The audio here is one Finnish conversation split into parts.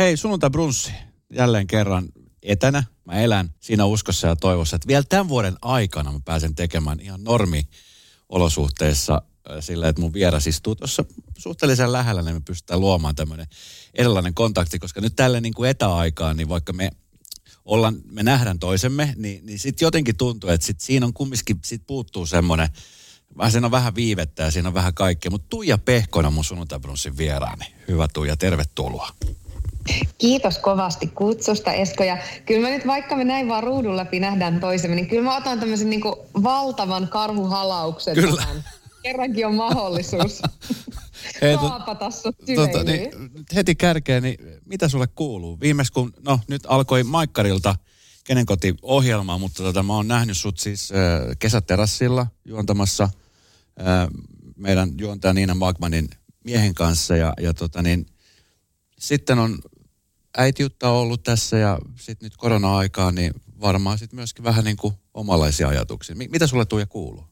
Hei, sunnuntai brunssi. Jälleen kerran etänä. Mä elän siinä uskossa ja toivossa, että vielä tämän vuoden aikana mä pääsen tekemään ihan normi-olosuhteissa sillä, että mun vieras istuu tuossa suhteellisen lähellä, niin me pystytään luomaan tämmöinen erilainen kontakti, koska nyt tälle niin kuin etäaikaan, niin vaikka me nähdään toisemme, niin sitten jotenkin tuntuu, että sit siinä on kumminkin, sit puuttuu semmoinen, siinä on vähän viivettä ja siinä on vähän kaikkea, mutta Tuija Pehkonen mun sunnuntaibrunssin vieraani. Hyvä Tuija, tervetuloa. Kiitos kovasti kutsusta, Esko. Ja kyllä mä nyt, vaikka me näin vaan ruudun läpi nähdään toisemme, niin kyllä mä otan tämmöisen niin kuin valtavan karhuhalauksen tähän. Kerrankin on mahdollisuus kaapata sut syleilyyn. Niin, heti kärkeen, niin mitä sulle kuuluu? Viimeis kun, nyt alkoi Maikkarilta Kenen koti-ohjelmaa, mutta mä oon nähnyt sut siis kesäterassilla juontamassa meidän juontaja Niina Magmanin miehen kanssa ja sitten on äitiyttä ollut tässä ja sitten nyt korona-aikaa, niin varmaan sitten myöskin vähän niin kuin omanlaisia ajatuksia. Mitä sulle Tuija kuuluu?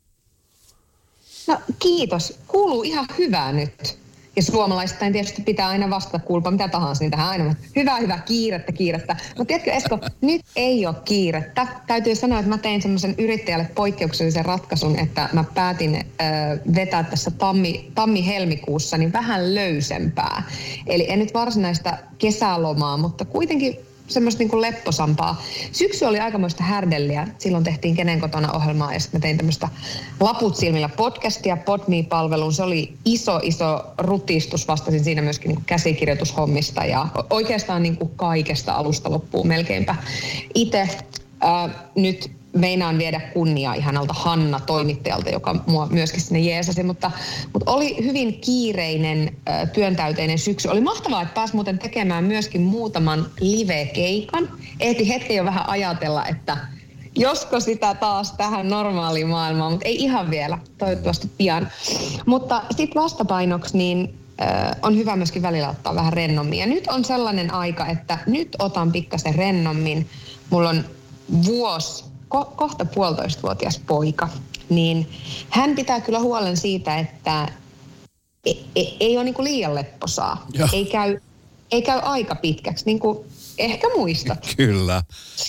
No kiitos. Kuuluu ihan hyvää nyt. Ja suomalaistain tietysti pitää aina vastata kuulpa mitä tahansa, niin tähän aina hyvä, kiirettä. Mutta tiedätkö Esko, nyt ei ole kiirettä. Täytyy sanoa, että mä tein semmoisen yrittäjälle poikkeuksellisen ratkaisun, että mä päätin vetää tässä tammi-helmikuussa niin vähän löysempää. Eli en nyt varsinaista kesälomaa, mutta kuitenkin semmoista niin kuin lepposampaa. Syksy oli aikamoista härdelliä. Silloin tehtiin Kenen kotona -ohjelmaa ja sitten mä tein tämmöistä Laput silmillä podcastia PodMe-palveluun. Se oli iso rutistus. Vastasin siinä myöskin niin kuin käsikirjoitushommista ja oikeastaan niin kuin kaikesta alusta loppuun melkeinpä. Itse nyt meinaan viedä kunniaa ihanalta Hanna-toimittajalta, joka mua myöskin sinne jeesasi, mutta oli hyvin kiireinen, työntäyteinen syksy. Oli mahtavaa, että pääsi muuten tekemään myöskin muutaman live-keikan. Ehti hetken jo vähän ajatella, että josko sitä taas tähän normaaliin maailmaan, mutta ei ihan vielä, toivottavasti pian. Mutta sitten vastapainoksi, niin on hyvä myöskin välillä ottaa vähän rennommin. Ja nyt on sellainen aika, että nyt otan pikkasen rennommin. Mulla on kohta 1,5-vuotias poika, niin hän pitää kyllä huolen siitä, että ei ole niin kuin liian lepposaa. Ei käy aika pitkäksi, niin kuin ehkä muistat. Kyllä.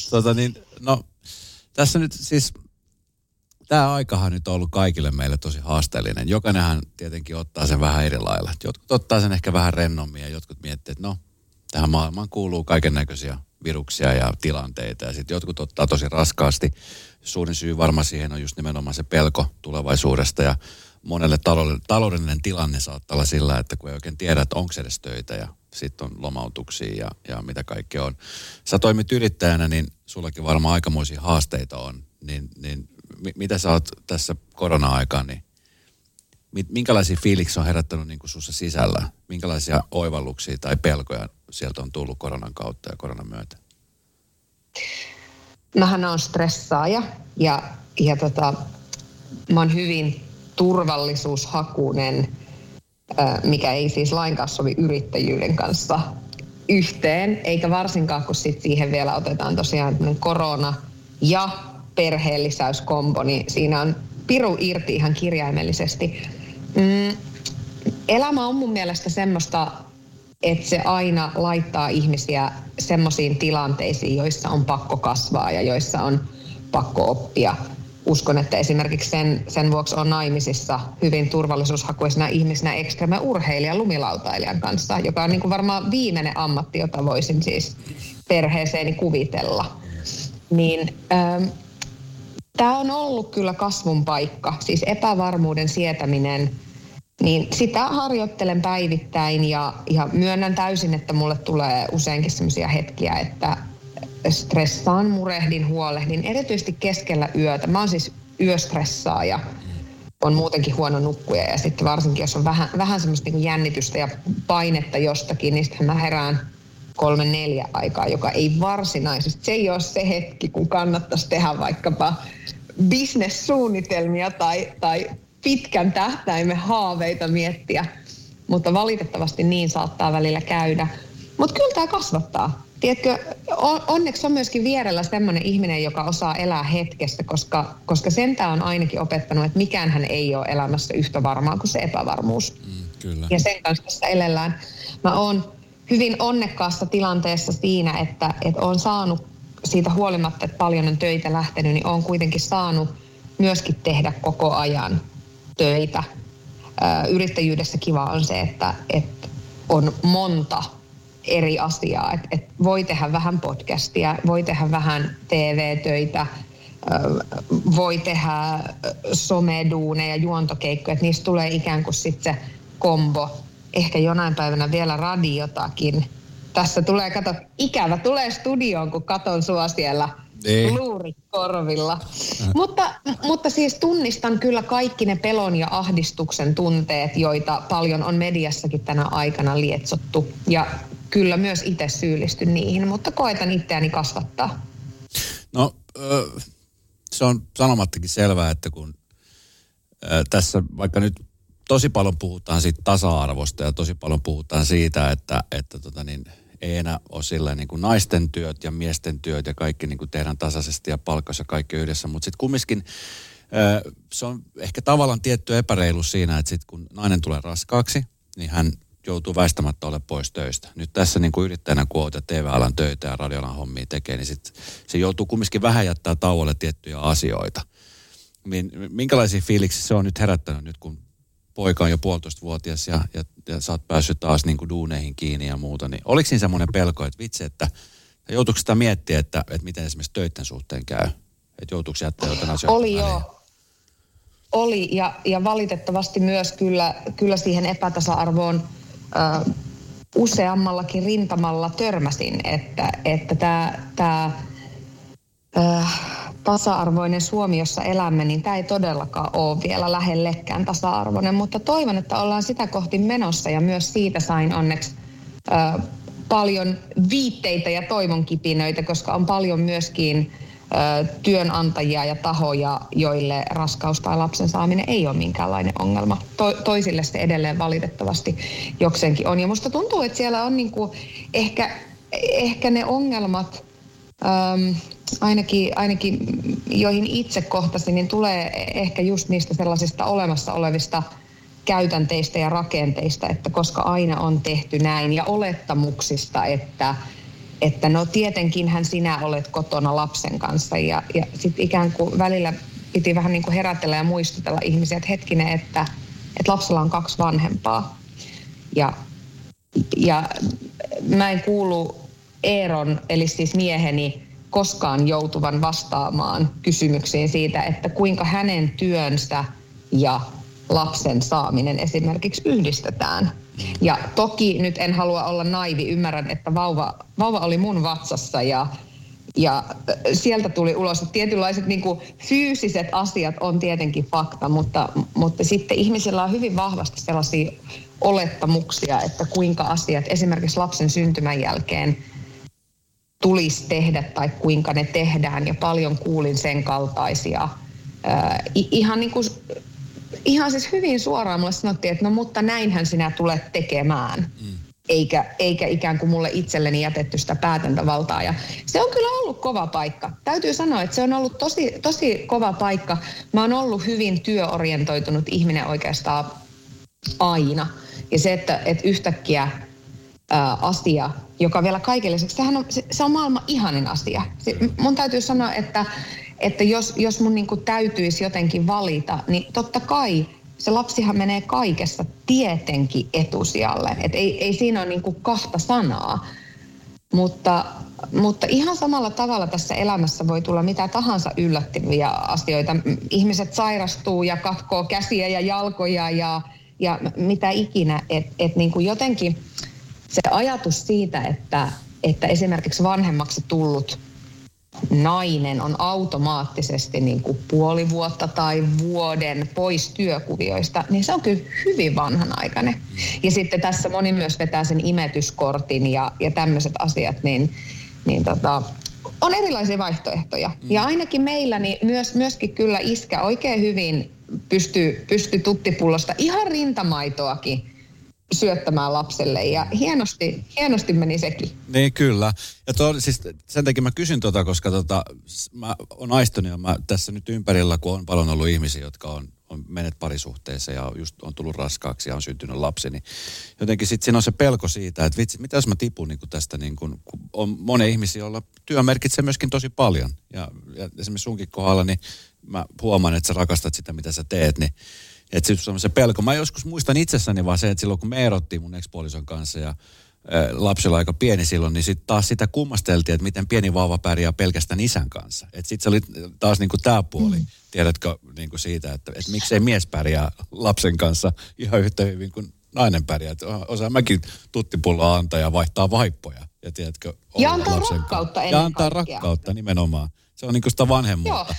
Tässä nyt siis, tämä aikahan nyt on ollut kaikille meille tosi haasteellinen. Jokainenhan tietenkin ottaa sen vähän eri lailla. Jotkut ottaa sen ehkä vähän rennommin ja jotkut miettii, että tähän maailmaan kuuluu kaiken näköisiä viruksia ja tilanteita. Ja sitten jotkut ottaa tosi raskaasti. Suurin syy varmaan siihen on just nimenomaan se pelko tulevaisuudesta. Ja monelle taloudellinen tilanne saattaa olla sillä, että kun ei oikein tiedä, että onko edes töitä ja sitten on lomautuksia ja mitä kaikkea on. Sä toimit yrittäjänä, niin sullakin varmaan aikamoisia haasteita on. Niin mitä sä oot tässä korona-aikaan, niin minkälaisia fiiliksiä on herättänyt niin kuin sussa sisällä? Minkälaisia oivalluksia tai pelkoja sieltä on tullut koronan kautta ja koronan myötä? Mähän on stressaaja ja mä oon hyvin turvallisuushakuinen, mikä ei siis lainkaan sovi yrittäjyyden kanssa yhteen, eikä varsinkaan kun sit siihen vielä otetaan tosiaan korona ja perheenlisäyskombo, niin siinä on piru irti ihan kirjaimellisesti. Elämä on mun mielestä semmoista, että se aina laittaa ihmisiä semmoisiin tilanteisiin, joissa on pakko kasvaa ja joissa on pakko oppia. Uskon, että esimerkiksi sen vuoksi on naimisissa hyvin turvallisuushakuisena ihmisenä extreme-urheilijan lumilautailijan kanssa, joka on niin kuin varmaan viimeinen ammatti, jota voisin siis perheeseeni kuvitella. Niin tämä on ollut kyllä kasvun paikka, siis epävarmuuden sietäminen. Niin sitä harjoittelen päivittäin ja myönnän täysin, että mulle tulee useinkin sellaisia hetkiä, että stressaan, murehdin, huolehdin, erityisesti keskellä yötä. Mä oon siis yöstressaaja, on muutenkin huono nukkuja ja sitten varsinkin, jos on vähän semmoista niin kuin jännitystä ja painetta jostakin, niin sitten mä herään 3-4 aikaa, joka ei varsinaisesti, se ei ole se hetki, kun kannattaisi tehdä vaikkapa business-suunnitelmia tai pitkän tähtäimen haaveita miettiä, mutta valitettavasti niin saattaa välillä käydä. Mutta kyllä tämä kasvattaa. Tiedätkö, onneksi on myöskin vierellä semmoinen ihminen, joka osaa elää hetkessä, koska sentään on ainakin opettanut, että mikäänhän ei ole elämässä yhtä varmaa kuin se epävarmuus. Kyllä. Ja sen kanssa tässä elellään. Mä oon hyvin onnekkaassa tilanteessa siinä, että on saanut siitä huolimatta, että paljon on töitä lähtenyt, niin on kuitenkin saanut myöskin tehdä koko ajan töitä. Yrittäjyydessä kiva on se, että on monta eri asiaa. Että voi tehdä vähän podcastia, voi tehdä vähän TV-töitä, voi tehdä someduuneja, juontokeikkoja. Että niistä tulee ikään kuin sitten se kombo. Ehkä jonain päivänä vielä radiotakin. Tässä tulee, kato, ikävä tulee studioon, kun katon sua siellä luurikorvilla. Mutta siis tunnistan kyllä kaikki ne pelon ja ahdistuksen tunteet, joita paljon on mediassakin tänä aikana lietsottu. Ja kyllä myös itse syyllistyn niihin, mutta koetan itseäni kasvattaa. No, se on sanomattakin selvää, että kun tässä vaikka nyt tosi paljon puhutaan siitä tasa-arvosta ja tosi paljon puhutaan siitä, että ei enää ole sillä niin kuin naisten työt ja miesten työt ja kaikki niin kuin tehdään tasaisesti ja palkassa kaikki yhdessä. Mutta sitten kumminkin se on ehkä tavallaan tietty epäreilu siinä, että sitten kun nainen tulee raskaaksi, niin hän joutuu väistämättä olemaan pois töistä. Nyt tässä niin kuin yrittäjänä, kun olet TV-alan töitä ja radioalan hommia tekee, niin sit se joutuu kumminkin vähän jättää tauolle tiettyjä asioita. Minkälaisia fiiliksiä se on nyt herättänyt nyt, kun poika on jo 1,5-vuotias ja sä oot päässyt taas niin kuin duuneihin kiinni ja muuta, niin oliko siinä semmoinen pelko, että vitsi, että joutuuko sitä miettiä, että miten esimerkiksi töiden suhteen käy? Että joutuuko jättää jotain asioita? Oli joo. Oli ja valitettavasti myös kyllä siihen epätasa-arvoon useammallakin rintamalla törmäsin, että tämä tasa-arvoinen Suomi, jossa elämme, niin tämä ei todellakaan ole vielä lähellekään tasa-arvoinen, mutta toivon, että ollaan sitä kohti menossa ja myös siitä sain onneksi paljon viitteitä ja toivonkipinöitä, koska on paljon myöskin työnantajia ja tahoja, joille raskaus tai lapsen saaminen ei ole minkäänlainen ongelma. Toisille se edelleen valitettavasti jokseenkin on. Ja musta tuntuu, että siellä on niinku ehkä ne ongelmat, ainakin joihin itse kohtasin, niin tulee ehkä just niistä sellaisista olemassa olevista käytänteistä ja rakenteista, että koska aina on tehty näin ja olettamuksista, että no tietenkinhän sinä olet kotona lapsen kanssa ja sitten ikään kuin välillä piti vähän niin kuin herätellä ja muistutella ihmisiä, että hetkinen, että lapsella on 2 vanhempaa ja mä en kuulu Eeron, eli siis mieheni, koskaan joutuvan vastaamaan kysymyksiin siitä, että kuinka hänen työnsä ja lapsen saaminen esimerkiksi yhdistetään. Ja toki nyt en halua olla naivi, ymmärrän, että vauva oli mun vatsassa ja sieltä tuli ulos, että tietynlaiset niin kuin fyysiset asiat on tietenkin fakta, mutta sitten ihmisillä on hyvin vahvasti sellaisia olettamuksia, että kuinka asiat esimerkiksi lapsen syntymän jälkeen tulisi tehdä tai kuinka ne tehdään ja paljon kuulin sen kaltaisia. Ihan siis hyvin suoraan mulle sanottiin, että no mutta näinhän sinä tulet tekemään, eikä ikään kuin mulle itselleni jätetty sitä päätäntävaltaa. Ja se on kyllä ollut kova paikka. Täytyy sanoa, että se on ollut tosi kova paikka. Mä oon ollut hyvin työorientoitunut ihminen oikeastaan aina. Ja se, että yhtäkkiä asia, joka vielä kaikille, se on maailman ihanin asia. Mun täytyy sanoa, että jos mun niin kuin täytyisi jotenkin valita, niin totta kai se lapsihan menee kaikessa tietenkin etusijalle. Et ei siinä ole niin kuin 2 sanaa. Mutta ihan samalla tavalla tässä elämässä voi tulla mitä tahansa yllättäviä asioita. Ihmiset sairastuu ja katkoo käsiä ja jalkoja ja mitä ikinä. Et niin kuin jotenkin se ajatus siitä, että esimerkiksi vanhemmaksi tullut nainen on automaattisesti niin kuin 0,5 vuotta tai vuoden pois työkuvioista, niin se on kyllä hyvin vanhanaikainen. Ja sitten tässä moni myös vetää sen imetyskortin ja tämmöiset asiat, niin on erilaisia vaihtoehtoja. Ja ainakin meillä niin myöskin kyllä iskä oikein hyvin pystyy tuttipullosta ihan rintamaitoakin syöttämään lapselle ja hienosti meni sekin. Niin kyllä. Ja siis sen takia mä kysyn koska mä oon aistunut ja mä tässä nyt ympärillä, kun on paljon ollut ihmisiä, jotka on menet parisuhteeseen ja just on tullut raskaaksi ja on syntynyt lapsi, niin jotenkin sitten siinä on se pelko siitä, että vitsi, mitä jos mä tipun niin kuin tästä, niin kuin, kun on monia ihmisiä, joilla työ merkitsee myöskin tosi paljon. Ja esimerkiksi sunkin kohdalla, niin mä huomaan, että sä rakastat sitä, mitä sä teet, niin että sitten on se pelko. Mä joskus muistan itsessäni vaan se, että silloin kun me erottiin mun ex-puolison kanssa ja lapsella aika pieni silloin, niin sitten taas sitä kummasteltiin, että miten pieni vauva pärjää pelkästään isän kanssa. Että sitten se oli taas niinku tämä puoli, tiedätkö, niinku siitä, että miksei mies pärjää lapsen kanssa ihan yhtä hyvin kuin nainen pärjää. Että osaa mäkin tuttipulloa antaa ja vaihtaa vaippoja. Ja tiedätkö, ja antaa rakkautta ennen ja antaa rakkautta nimenomaan. Se on niinku sitä vanhemmuutta. Joo.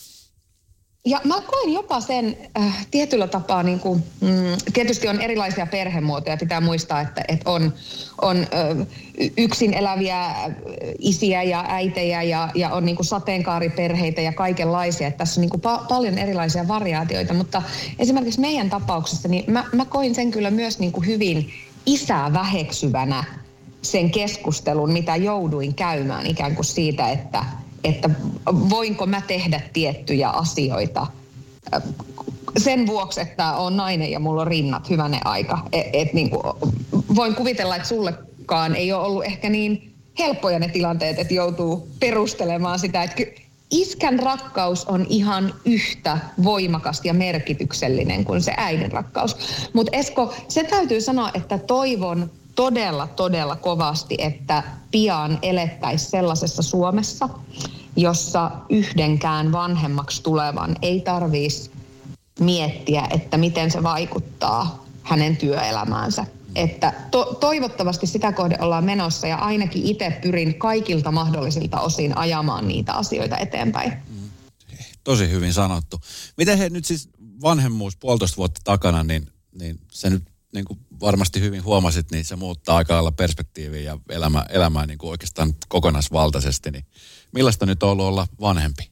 Ja mä koen jopa sen tietyllä tapaa, niin kuin, tietysti on erilaisia perhemuotoja. Pitää muistaa, että on yksin eläviä isiä ja äitejä ja on niin kuin sateenkaariperheitä ja kaikenlaisia. Että tässä on niin kuin paljon erilaisia variaatioita, mutta esimerkiksi meidän tapauksessa niin mä koin sen kyllä myös niin kuin hyvin isää väheksyvänä sen keskustelun, mitä jouduin käymään ikään kuin siitä, että voinko mä tehdä tiettyjä asioita sen vuoksi, että on nainen ja mulla on rinnat, hyvänen aika. Niin kuin, voin kuvitella, että sullekaan ei ole ollut ehkä niin helppoja ne tilanteet, että joutuu perustelemaan sitä, että iskän rakkaus on ihan yhtä voimakas ja merkityksellinen kuin se äidin rakkaus. Mutta Esko, se täytyy sanoa, että toivon todella kovasti, että pian elettäisiin sellaisessa Suomessa, jossa yhdenkään vanhemmaksi tulevan ei tarvitsisi miettiä, että miten se vaikuttaa hänen työelämäänsä. Että toivottavasti sitä kohde ollaan menossa ja ainakin itse pyrin kaikilta mahdollisilta osin ajamaan niitä asioita eteenpäin. Tosi hyvin sanottu. Miten he nyt siis vanhemmuus 1,5 vuotta takana, niin se nyt niin kuin varmasti hyvin huomasit, niin se muuttaa aika lailla perspektiiviä ja elämää niin kuin oikeastaan kokonaisvaltaisesti. Niin millaista nyt on ollut olla vanhempi?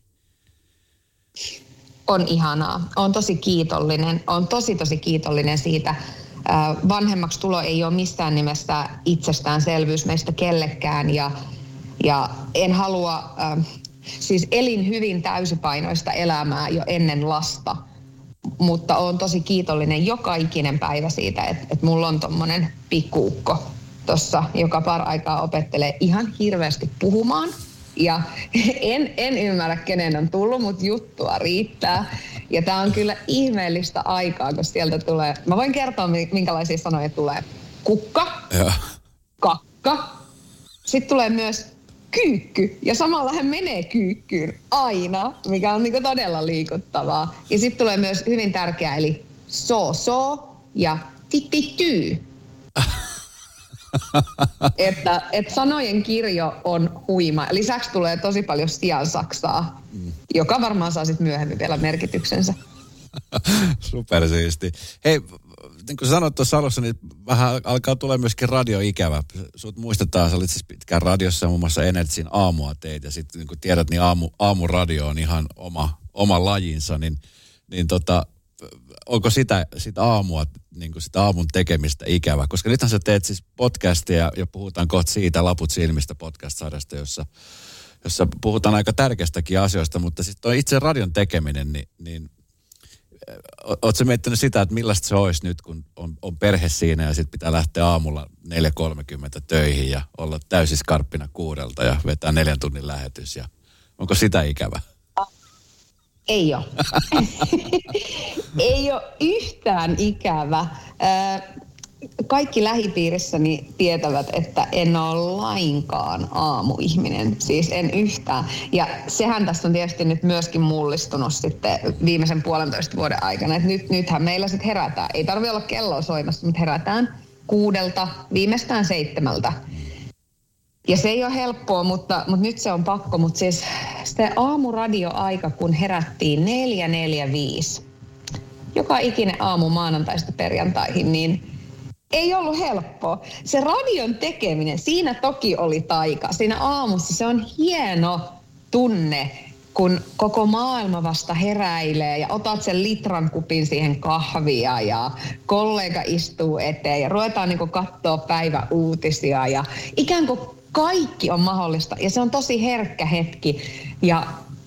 On ihanaa. Olen tosi kiitollinen. Olen tosi kiitollinen siitä. Vanhemmaksi tulo ei ole missään nimessä itsestäänselvyys meistä kellekään ja en halua, siis elin hyvin täysipainoista elämää jo ennen lasta. Mutta olen tosi kiitollinen joka ikinen päivä siitä, että mulla on tommonen pikkuukko tuossa, joka paraikaa opettelee ihan hirveästi puhumaan. Ja en ymmärrä, kenen on tullut, mutta juttua riittää. Ja tää on kyllä ihmeellistä aikaa, kun sieltä tulee, mä voin kertoa, minkälaisia sanoja tulee. Kukka, kakka, sitten tulee myös kyykky. Ja samalla hän menee kyykkyyn aina, mikä on niinku todella liikuttavaa. Ja sitten tulee myös hyvin tärkeä, eli so ja tittityy. että sanojen kirjo on huima. Lisäksi tulee tosi paljon siansaksaa, joka varmaan saa sitten myöhemmin vielä merkityksensä. Supersiisti. Hei, niin kuin sanoit tuossa alussa, niin vähän alkaa tulla myöskin radioikävä. Sut muistetaan, sä olit siis pitkään radiossa, muun muassa Energyn aamua teit, ja sitten niin kuin tiedät, niin aamuradio on ihan oma lajinsa, niin onko sitä aamua, niin kuin sitä aamun tekemistä ikävä? Koska nythän sä teet siis podcastia ja puhutaan kohta siitä Laput silmistä podcast-sarjasta, jossa puhutaan aika tärkeistäkin asioista, mutta sitten tuo itse radion tekeminen, niin ootko sä miettinyt sitä, että millaista se olisi nyt, kun on perhe siinä ja sitten pitää lähteä aamulla 4.30 töihin ja olla täysin skarppina 6 ja vetää 4 tunnin lähetys ja onko sitä ikävä? Ei ole. Ei ole yhtään ikävä. Kaikki lähipiirissäni tietävät, että en ole lainkaan aamuihminen. Siis en yhtään. Ja sehän tässä on tietysti nyt myöskin mullistunut sitten viimeisen 1,5 vuoden aikana. Että nythän meillä sitten herätään. Ei tarvitse olla kelloa soimassa, mutta herätään 6, viimeistään 7. Ja se ei ole helppoa, mutta nyt se on pakko. Mutta siis se aamuradioaika, kun herättiin 4:45, joka ikinen aamu maanantaista perjantaihin, niin ei ollut helppoa. Se radion tekeminen, siinä toki oli taika. Siinä aamussa se on hieno tunne, kun koko maailma vasta heräilee ja otat sen litran kupin siihen kahvia ja kollega istuu eteen ja ruvetaan niin kuin katsoa päiväuutisia ja ikään kuin kaikki on mahdollista ja se on tosi herkkä hetki ja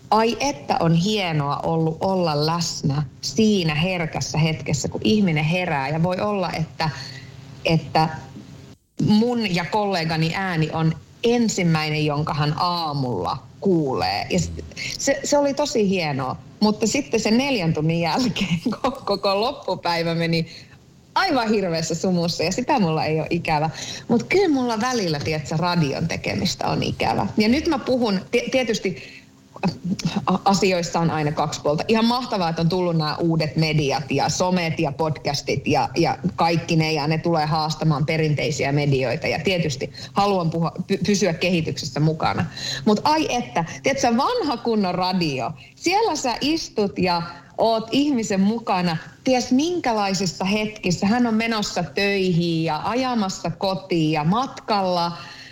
ai että on hienoa ollut olla läsnä siinä herkässä hetkessä, kun ihminen herää. Ja voi olla, että mun ja kollegani ääni on ensimmäinen, jonka hän aamulla kuulee. Ja se oli tosi hienoa. Mutta sitten se 4 tunnin jälkeen koko loppupäivä meni aivan hirveässä sumussa ja sitä mulla ei ole ikävä. Mutta kyllä mulla välillä, tiedätkö, radion tekemistä on ikävä. Ja nyt mä puhun, tietysti asioissa on aina 2 puolta. Ihan mahtavaa, että on tullut nämä uudet mediat ja somet ja podcastit ja kaikki ne, ja ne tulee haastamaan perinteisiä medioita. Ja tietysti haluan pysyä kehityksessä mukana. Mutta ai että, tiedätkö, vanha kunnon radio, siellä sä istut ja oot ihmisen mukana, ties minkälaisissa hetkissä hän on menossa töihin ja ajamassa kotiin ja matkalla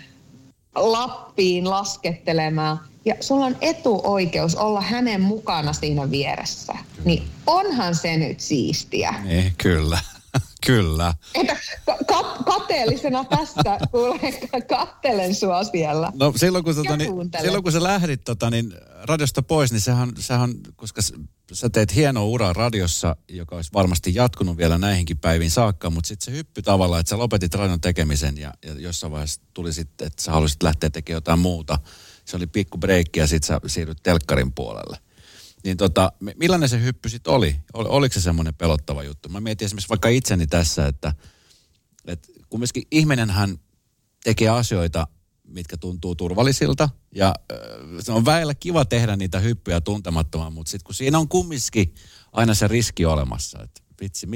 Lappiin laskettelemaan. Ja sulla on etuoikeus olla hänen mukana siinä vieressä. Niin onhan se nyt siistiä. Niin, kyllä. Kyllä. Että kateellisena tässä, kuule, kattelen sua siellä. No silloin kun sä lähdit niin radiosta pois, niin sehän, koska sä teet hienoa uraa radiossa, joka olisi varmasti jatkunut vielä näihinkin päiviin saakka, mutta sitten se hyppy tavallaan, että sä lopetit radion tekemisen ja jossain vaiheessa tuli sitten, että sä haluaisit lähteä tekemään jotain muuta. Se oli pikku breikki ja sitten sä siirryt telkkarin puolelle. Niin millainen se hyppy sitten oli? Oliko se semmoinen pelottava juttu? Mä mietin esimerkiksi vaikka itseni tässä, että kumminkin ihminenhän tekee asioita, mitkä tuntuu turvallisilta. Ja se on väillä kiva tehdä niitä hyppyjä tuntemattomaan, mutta sitten kun siinä on kumminkin aina se riski olemassa, että vitsi,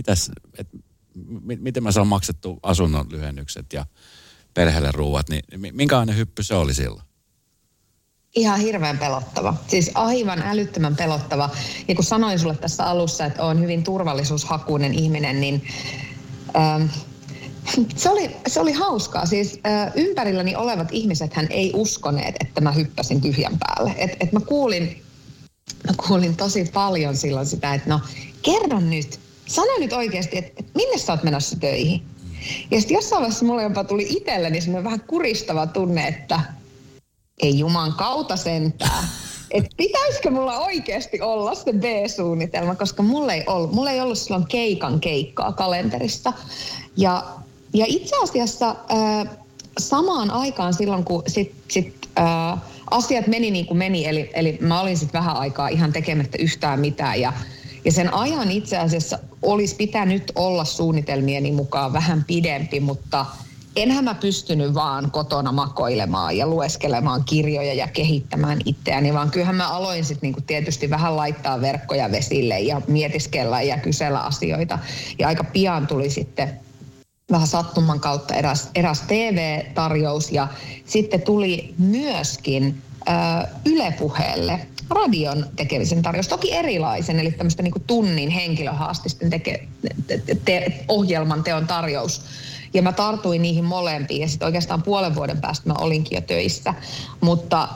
miten mä saan maksettua asunnon lyhennykset ja perheelle ruuat, niin minkälainen hyppy se oli silloin? Ihan hirveän pelottava. Siis aivan älyttömän pelottava. Ja kun sanoin sulle tässä alussa, että olen hyvin turvallisuushakuinen ihminen, niin se oli hauskaa. Siis ympärilläni olevat ihmisethän ei uskoneet, että mä hyppäsin tyhjän päälle. Et mä kuulin tosi paljon silloin sitä, että no kerro nyt, sano nyt oikeasti, että minne sä oot menossa töihin? Ja sitten jossain vaiheessa mulle jopa tuli itselleni semmoinen vähän kuristava tunne, että ei juman kautta sentään. Että pitäisikö mulla oikeasti olla se B-suunnitelma, koska mulla ei ollut silloin keikkaa kalenterissa. Ja itse asiassa samaan aikaan silloin, kun asiat meni niin kuin meni, eli mä olin sitten vähän aikaa ihan tekemättä yhtään mitään. Ja sen ajan itse asiassa olisi pitänyt olla suunnitelmieni mukaan vähän pidempi, mutta enhän mä pystynyt vaan kotona makoilemaan ja lueskelemaan kirjoja ja kehittämään itseäni, vaan kyllähän mä aloin sitten niinku tietysti vähän laittaa verkkoja vesille ja mietiskellä ja kysellä asioita. Ja aika pian tuli sitten vähän sattuman kautta eräs TV-tarjous ja sitten tuli myöskin Yle Puheelle radion tekemisen tarjous. Toki erilaisen, eli tämmöistä niinku tunnin henkilöhaastisten ohjelman teon tarjous. Ja mä tartuin niihin molempiin ja sitten oikeastaan 5 vuoden päästä mä olinkin jo töissä. Mutta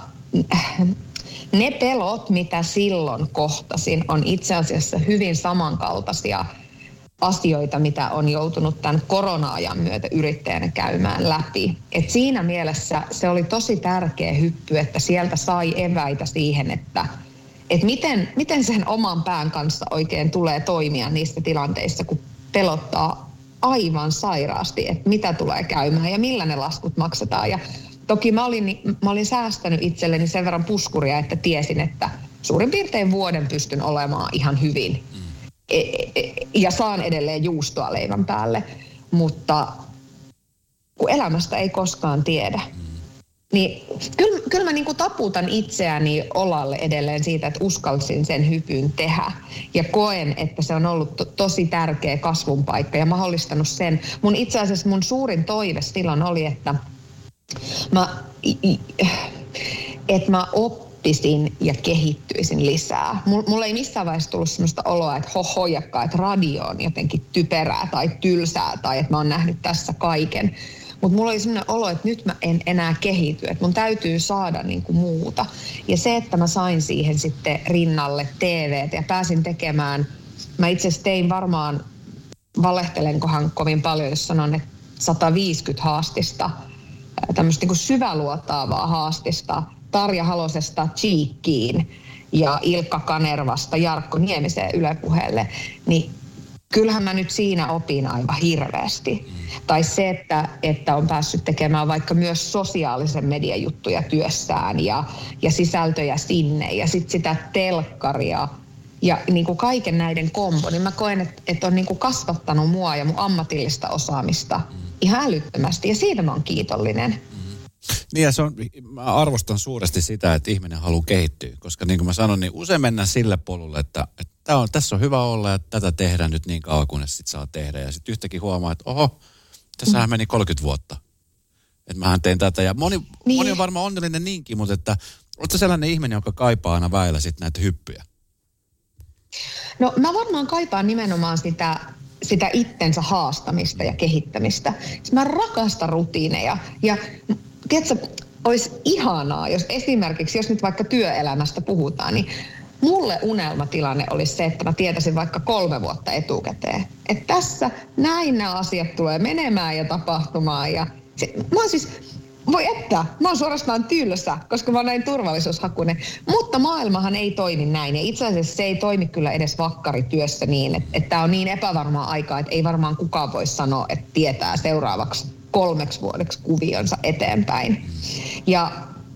ne pelot, mitä silloin kohtasin, on itse asiassa hyvin samankaltaisia asioita, mitä on joutunut tämän korona-ajan myötä yrittäjänä käymään läpi. Et siinä mielessä se oli tosi tärkeä hyppy, että sieltä sai eväitä siihen, että miten sen oman pään kanssa oikein tulee toimia niissä tilanteissa, kun pelottaa aivan sairaasti, että mitä tulee käymään ja millä ne laskut maksetaan. Ja toki mä olin säästänyt itselleni sen verran puskuria, että tiesin, että suurin piirtein vuoden pystyn olemaan ihan hyvin. Ja saan edelleen juustoa leivän päälle, mutta kun elämästä ei koskaan tiedä. Niin kyllä mä niin kuin taputan itseäni olalle edelleen siitä, että uskalsin sen hypyn tehdä. Ja koen, että se on ollut tosi tärkeä kasvun paikka ja mahdollistanut sen. Itse asiassa mun suurin toive silloin oli, että mä oppisin ja kehittyisin lisää. Mulla ei missään vaiheessa tullut sellaista oloa, että hohojakkaa, että radio on jotenkin typerää tai tylsää tai että mä oon nähnyt tässä kaiken. Mutta mulla oli sellainen olo, että nyt mä en enää kehity, että mun täytyy saada niinku muuta. Ja se, että mä sain siihen sitten rinnalle TV:tä ja pääsin tekemään, mä itse asiassa tein varmaan, valehtelenkohan kovin paljon, jos sanon, että 150 haastista, tämmöistä niinku syväluotaavaa haastista Tarja Halosesta Cheekkiin. ja Ilkka Kanervasta Jarkko Niemiseen Yle Puheelle, niin kyllähän mä nyt siinä opin aivan hirveästi. Tai se, että on päässyt tekemään vaikka myös sosiaalisen median juttuja työssään ja sisältöjä sinne ja sitten sitä telkkaria ja niin kuin kaiken näiden kombo, niin mä koen, että on niin kuin kasvattanut mua ja mun ammatillista osaamista ihan älyttömästi ja siitä mä oon kiitollinen. Niin ja mä arvostan suuresti sitä, että ihminen haluaa kehittyä, koska niin kuin mä sanon, niin usein mennään sille polulle, että tässä on hyvä olla ja tätä tehdään nyt niin kauan, kunnes sit saa tehdä. Ja sitten yhtäkkiä huomaa, että oho, tässähän meni 30 vuotta, että mähän tein tätä. Ja moni on varmaan onnellinen niinkin, mutta että ootko sellainen ihminen, joka kaipaa aina väillä sit näitä hyppyjä? No mä varmaan kaipaan nimenomaan sitä itsensä haastamista ja kehittämistä. Mä rakastan rutiineja ja tiedätkö, olisi ihanaa, jos esimerkiksi, jos nyt vaikka työelämästä puhutaan, niin mulle unelmatilanne olisi se, että mä tietäisin vaikka 3 vuotta etukäteen. Että tässä näin nämä asiat tulee menemään ja tapahtumaan. Ja mä oon siis, mä oon suorastaan tylsä, koska mä oon näin turvallisuushakuinen. Mutta maailmahan ei toimi näin. Ja itse asiassa se ei toimi kyllä edes vakkarityössä niin, että tää on niin epävarmaa aikaa, että ei varmaan kukaan voi sanoa, että tietää seuraavaksi 3 vuodeksi kuvionsa eteenpäin. Ja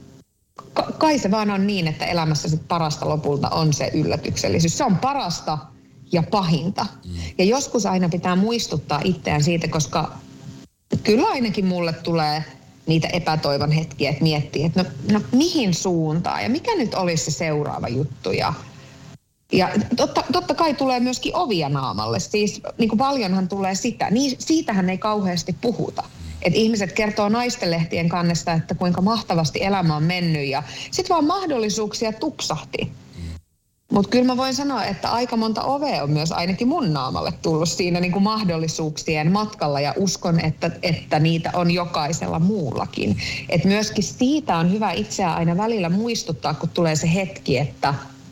kai se vaan on niin, että elämässä sit parasta lopulta on se yllätyksellisyys. Se on parasta ja pahinta. Ja joskus aina pitää muistuttaa itseään siitä, koska kyllä ainakin mulle tulee niitä epätoivon hetkiä, että miettii, että no mihin suuntaan ja mikä nyt olisi se seuraava juttu. Ja totta kai tulee myöskin ovia naamalle. Siis niin kuin paljonhan tulee sitä. Siitähän ei kauheasti puhuta. Että ihmiset kertoo naistenlehtien kannesta, että kuinka mahtavasti elämä on mennyt ja sitten vaan mahdollisuuksia tupsahti. Mutta kyllä mä voin sanoa, että aika monta ovea on myös ainakin mun naamalle tullut siinä niin kuin mahdollisuuksien matkalla ja uskon, että niitä on jokaisella muullakin. Että myöskin siitä on hyvä itseä aina välillä muistuttaa, kun tulee se hetki, että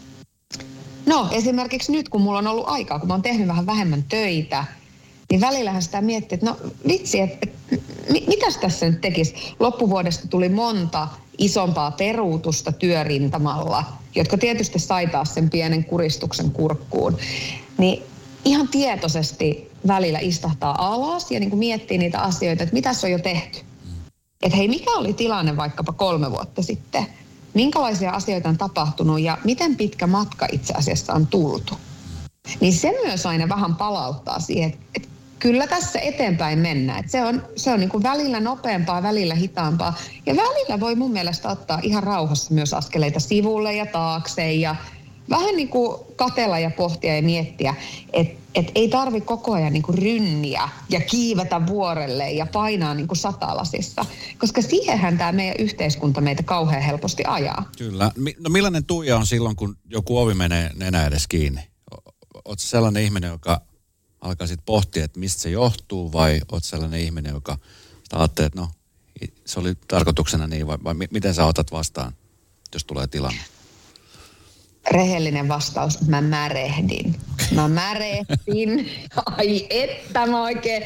no esimerkiksi nyt kun mulla on ollut aikaa, kun mä oon tehnyt vähän vähemmän töitä, niin välillähän sitä miettii, että no vitsi, että mitäs tässä nyt tekisi? Loppuvuodesta tuli monta isompaa peruutusta työrintamalla, jotka tietysti sai taas sen pienen kuristuksen kurkkuun. Niin ihan tietoisesti välillä istahtaa alas ja niin kuin miettii niitä asioita, että mitäs on jo tehty. Että hei, mikä oli tilanne vaikkapa 3 vuotta sitten? Minkälaisia asioita on tapahtunut ja miten pitkä matka itse asiassa on tultu? Niin se myös aina vähän palauttaa siihen, että kyllä tässä eteenpäin mennään. Että se on niin kuin välillä nopeampaa, välillä hitaampaa. Ja välillä voi mun mielestä ottaa ihan rauhassa myös askeleita sivulle ja taakse ja vähän niin kuin katsella ja pohtia ja miettiä, että ei tarvi koko ajan niin kuin rynniä ja kiivetä vuorelle ja painaa niin kuin satalasissa. Koska siihenhän tämä meidän yhteiskunta meitä kauhean helposti ajaa. Kyllä. No millainen Tuija on silloin, kun joku ovi menee nenä edes kiinni? Oletko sellainen ihminen, joka alkaa sitten pohtia, että mistä se johtuu, vai olet sellainen ihminen, joka ajattelee, että no, se oli tarkoituksena niin, vai miten sä otat vastaan, jos tulee tilanne? Rehellinen vastaus, mä märehdin. Mä märehdin, ai että mä oikein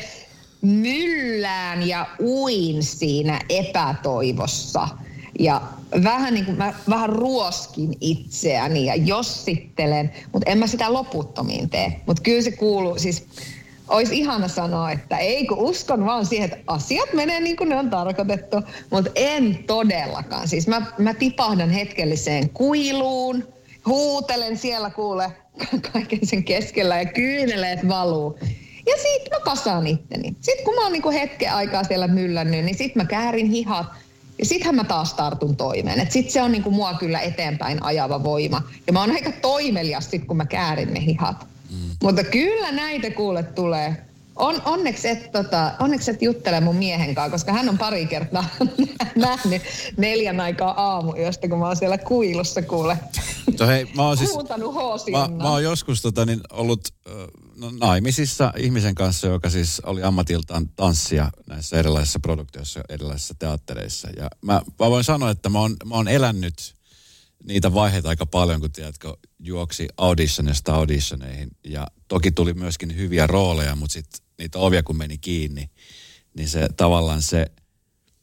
myllään ja uin siinä epätoivossa. Ja vähän niin kuin mä vähän ruoskin itseäni ja jossittelen, mutta en mä sitä loputtomiin tee. Mutta kyllä se kuuluu, siis olisi ihana sanoa, että ei kun uskon vaan siihen, että asiat menee niin kuin ne on tarkoitettu, mutta en todellakaan. Siis mä tipahdan hetkelliseen kuiluun, huutelen siellä kuule kaiken sen keskellä ja kyyneleet valuu. Ja sit mä kasaan itteni. Sitten kun mä oon niinku hetken aikaa siellä myllännyt, niin sit mä käärin hihat. Ja sittenhän mä taas tartun toimeen. Että sit se on niinku mua kyllä eteenpäin ajava voima. Ja mä oon aika toimelias sit, kun mä käärin ne hihat. Mutta kyllä näitä kuule tulee. Onneksi et juttele mun miehen kanssa, koska hän on pari kertaa nähnyt 4 aikaa aamuyöstä, kun mä oon siellä kuilussa kuule. Mä oon siis, huutanut hoosiannaa. Mä oon joskus ollut naimisissa ihmisen kanssa, joka siis oli ammatiltaan tanssia näissä erilaisissa produktioissa, erilaisissa teattereissa. Ja mä voin sanoa, että mä oon elänyt niitä vaiheita aika paljon, kun tiedätkö, juoksi auditionista auditioneihin. Ja toki tuli myöskin hyviä rooleja, mutta sitten niitä ovia kun meni kiinni, niin se tavallaan se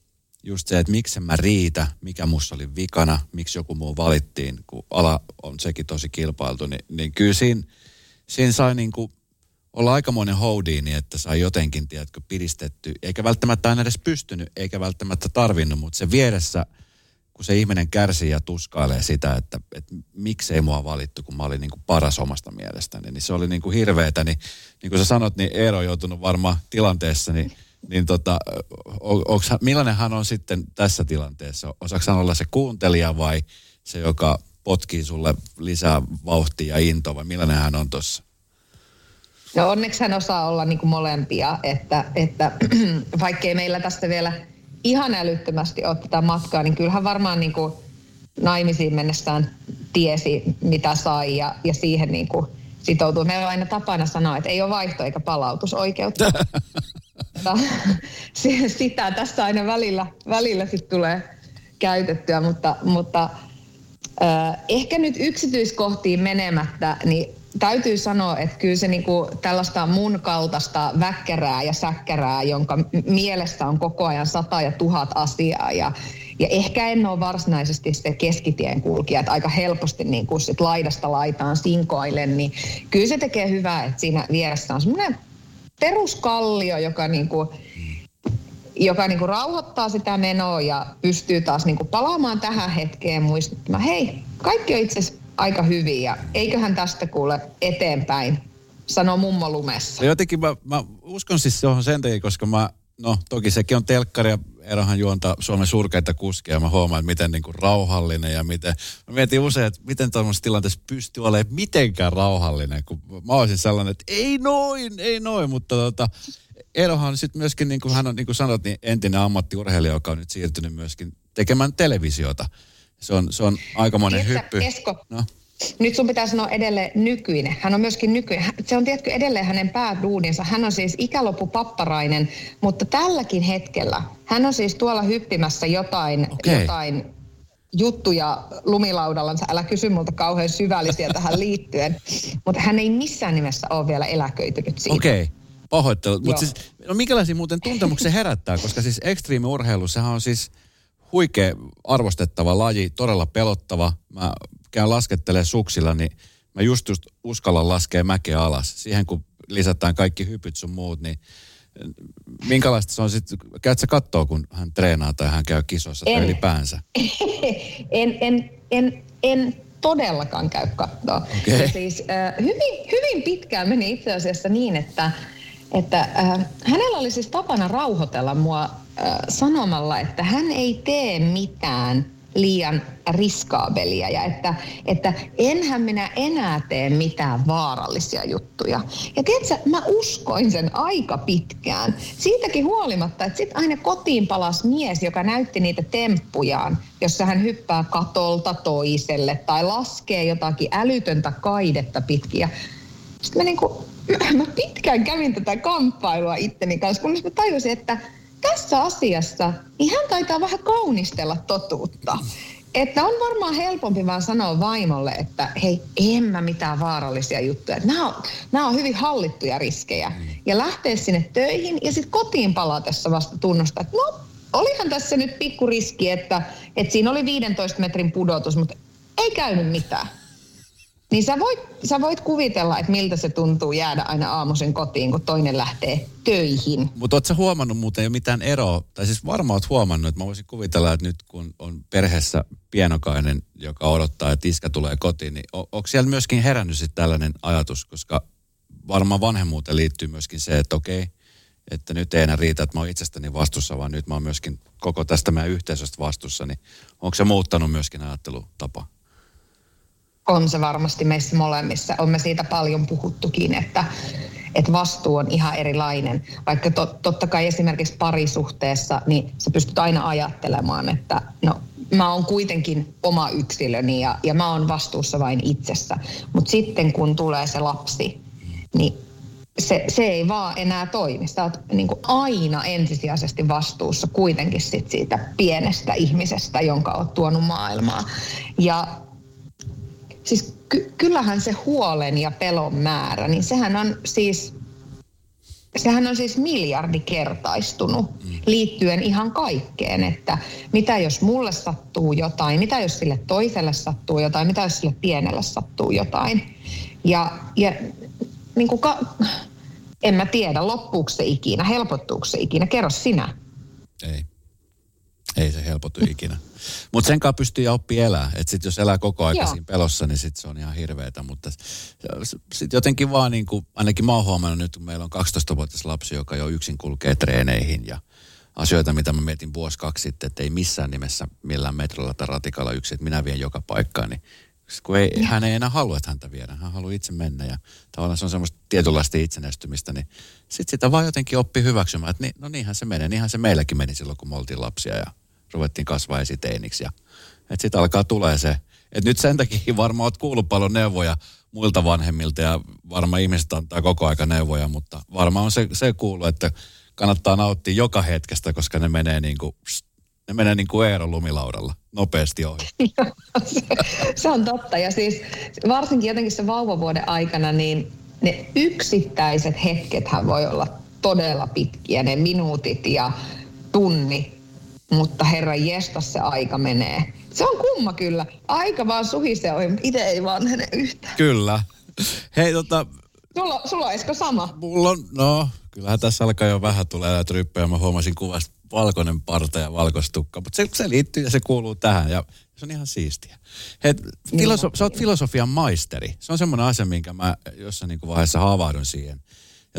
just se, että miksi mä riitä, mikä musta oli vikana, miksi joku muu valittiin, kun ala on sekin tosi kilpailtu, niin kyllä siinä sai niin kuin olla aikamoinen houdiini, että sai jotenkin, tiedätkö, piristetty, eikä välttämättä aina edes pystynyt, eikä välttämättä tarvinnut, mutta se vieressä, kun se ihminen kärsii ja tuskailee sitä, että miksei mua valittu, kun mä olin niin kuin paras omasta mielestäni, niin se oli niin kuin hirveetä, niin kuin sä sanot, niin Eero on joutunut varmaan tilanteessa, niin millainen hän on sitten tässä tilanteessa? Osaako hän olla se kuuntelija vai se, joka potkii sulle lisää vauhtia ja intoa, vai millainen hän on tuossa? No onneksi hän osaa olla niin kuin molempia, että vaikkei meillä tästä vielä ihan älyttömästi ole tätä matkaa, niin kyllähän varmaan niin kuin naimisiin mennessään tiesi, mitä sai ja siihen niin kuin sitoutuu. Meillä on aina tapana sanoa, että ei ole vaihto eikä palautusoikeutta. Sitä tässä aina välillä sit tulee käytettyä, mutta ehkä nyt yksityiskohtiin menemättä, niin täytyy sanoa, että kyllä se niinku tällaista mun kaltaista väkkärää ja säkkärää, jonka mielessä on koko ajan 100 ja 1000 asiaa ja ehkä en ole varsinaisesti se keskitien kulkija, että aika helposti niin kuin sit laidasta laitaan sinkoilen, niin kyllä se tekee hyvää, että siinä vieressä on semmoinen peruskallio, joka rauhoittaa sitä menoa ja pystyy taas niin kuin palaamaan tähän hetkeen muistuttamaan, hei, kaikki on itse asiassa aika hyvin ja eiköhän tästä kuule eteenpäin, sanoo mummo lumessa. Jotenkin mä uskon siis se on sen takia, koska toki sekin on telkkari ja Eerohan juontaa Suomen surkeita kuskia ja mä huomaan, että miten niin kuin rauhallinen ja miten, mä mietin usein, että miten tuollaisessa tilanteessa pystyy olemaan mitenkään rauhallinen, kun mä olisin sellainen, että ei noin, mutta Eerohan on sitten myöskin, niin kuin hän on, niin kuin sanot, niin entinen ammattiurheilija, joka on nyt siirtynyt myöskin tekemään televisiota. Se on aikamoinen hyppy. Esko, nyt sun pitää sanoa edelleen nykyinen. Hän on myöskin nykyinen. Se on tietty edelleen hänen pääduudinsa. Hän on siis ikäloppu papparainen, mutta tälläkin hetkellä hän on siis tuolla hyppimässä jotain juttuja lumilaudallansa. Älä kysy multa kauhean syvällisiä tähän liittyen. Mutta hän ei missään nimessä ole vielä eläköitynyt siitä. Okei. Pahoittelut. Mutta siis, minkälaisia muuten tuntemuksia herättää? Koska siis ekstriimiurheilu, sehän on siis huikea arvostettava laji, todella pelottava. Mä käyn laskettelemaan suksilla, niin mä just uskallan laskea mäkeä alas. Siihen kun lisätään kaikki hypyt sun muut, niin minkälaista se on sitten, käyt sä kattoo, kun hän treenaa tai hän käy kisoissa tai ylipäänsä? En todellakaan käy kattoo. Okay. Siis hyvin pitkään meni itse asiassa niin, että hänellä oli siis tapana rauhoitella mua sanomalla, että hän ei tee mitään liian riskaabelia ja että enhän minä enää tee mitään vaarallisia juttuja. Ja tiedätkö, mä uskoin sen aika pitkään. Siitäkin huolimatta, että sitten aina kotiin palasi mies, joka näytti niitä temppujaan, jossa hän hyppää katolta toiselle tai laskee jotakin älytöntä kaidetta pitkin. Ja sitten mä pitkään kävin tätä kamppailua itteni kanssa, kunnes mä tajusin, että tässä asiassa niin hän taitaa vähän kaunistella totuutta. Että on varmaan helpompi vaan sanoa vaimolle, että hei, en mä mitään vaarallisia juttuja. Nämä on hyvin hallittuja riskejä. Ja lähteä sinne töihin ja sitten kotiin palatessa vasta tunnustaa, että olihan tässä nyt pikku riski, että siinä oli 15 metrin pudotus, mutta ei käynyt mitään. Niin sä voit kuvitella, että miltä se tuntuu jäädä aina aamuisin kotiin, kun toinen lähtee töihin. Mutta ootko sä huomannut muuten jo mitään eroa? Tai siis varmaan oot huomannut, että mä voisin kuvitella, että nyt kun on perheessä pienokainen, joka odottaa, että iskä tulee kotiin, niin onko siellä myöskin herännyt sitten tällainen ajatus? Koska varmaan vanhemmuuteen liittyy myöskin se, että okei, että nyt ei enää riitä, että mä oon itsestäni vastuussa, vaan nyt mä oon myöskin koko tästä meidän yhteisöstä vastuussa. Niin onko se muuttanut myöskin ajattelutapaa? On se varmasti meissä molemmissa. Olemme siitä paljon puhuttukin, että vastuu on ihan erilainen. Vaikka totta kai esimerkiksi parisuhteessa, niin sä pystyt aina ajattelemaan, että mä oon kuitenkin oma yksilöni ja mä oon vastuussa vain itsessä. Mutta sitten kun tulee se lapsi, niin se ei vaan enää toimi. Sä oot niin kuin aina ensisijaisesti vastuussa kuitenkin sit siitä pienestä ihmisestä, jonka oot tuonut maailmaan. Ja siis kyllähän se huolen ja pelon määrä, niin sehän on siis sehän on siis miljardikertaistunut liittyen ihan kaikkeen, että mitä jos mulle sattuu jotain, mitä jos sille toiselle sattuu jotain, mitä jos sille pienelle sattuu jotain. Ja niin kuin en mä tiedä, loppuuko se ikinä, helpottuuko se ikinä, kerro sinä. Ei se helpotu ikinä. Mutta sen kanssa pystyy ja oppii elää. Että sitten jos elää koko ajan siinä pelossa, niin sitten se on ihan hirveetä. Mutta sitten jotenkin vaan niin kuin, ainakin mä oon huomannut nyt, kun meillä on 12-vuotias lapsi, joka jo yksin kulkee treeneihin ja asioita, mitä mä mietin vuosi 2 sitten, että ei missään nimessä millään metrolla tai ratikalla yksin, että minä vien joka paikkaan, niin kun hän ei enää halua, että häntä viedään. Hän haluaa itse mennä ja tavallaan se on semmoista tietynlaista itsenäistymistä, niin sitten sitä vaan jotenkin oppii hyväksymään, että no niinhän se menee. Niinhän se meilläkin meni silloin, kun me oltiin lapsia ja ruvettiin kasvaa esiteiniksi. Ja että sitten alkaa tulee se, että nyt sen takia varmaan olet kuullut paljon neuvoja muilta vanhemmilta ja varmaan ihmiset antaa koko aika neuvoja, mutta varmaan on se kuuluu, että kannattaa nauttia joka hetkestä, koska ne menee niin kuin Eero lumilaudalla nopeasti ohi. Se on totta. Ja siis varsinkin jotenkin se vauvavuoden aikana, niin ne yksittäiset hetkethän voi olla todella pitkiä, ne minuutit ja tunnit, mutta herran jestas se aika menee. Se on kumma kyllä. Aika vaan suhisee ohi, mutta itse ei vanhene yhtään. Kyllä. Hei Sulla on Esko sama? Mulla on, kyllähän tässä alkaa jo vähän tulee tryppejä. Mä huomasin kuvasta valkoinen parta ja valkoistukka, mutta se liittyy ja se kuuluu tähän ja se on ihan siistiä. Hei, sä oot filosofian maisteri. Se on semmoinen asia, minkä mä jossain niin kuin vaiheessa havahdun siihen. Ja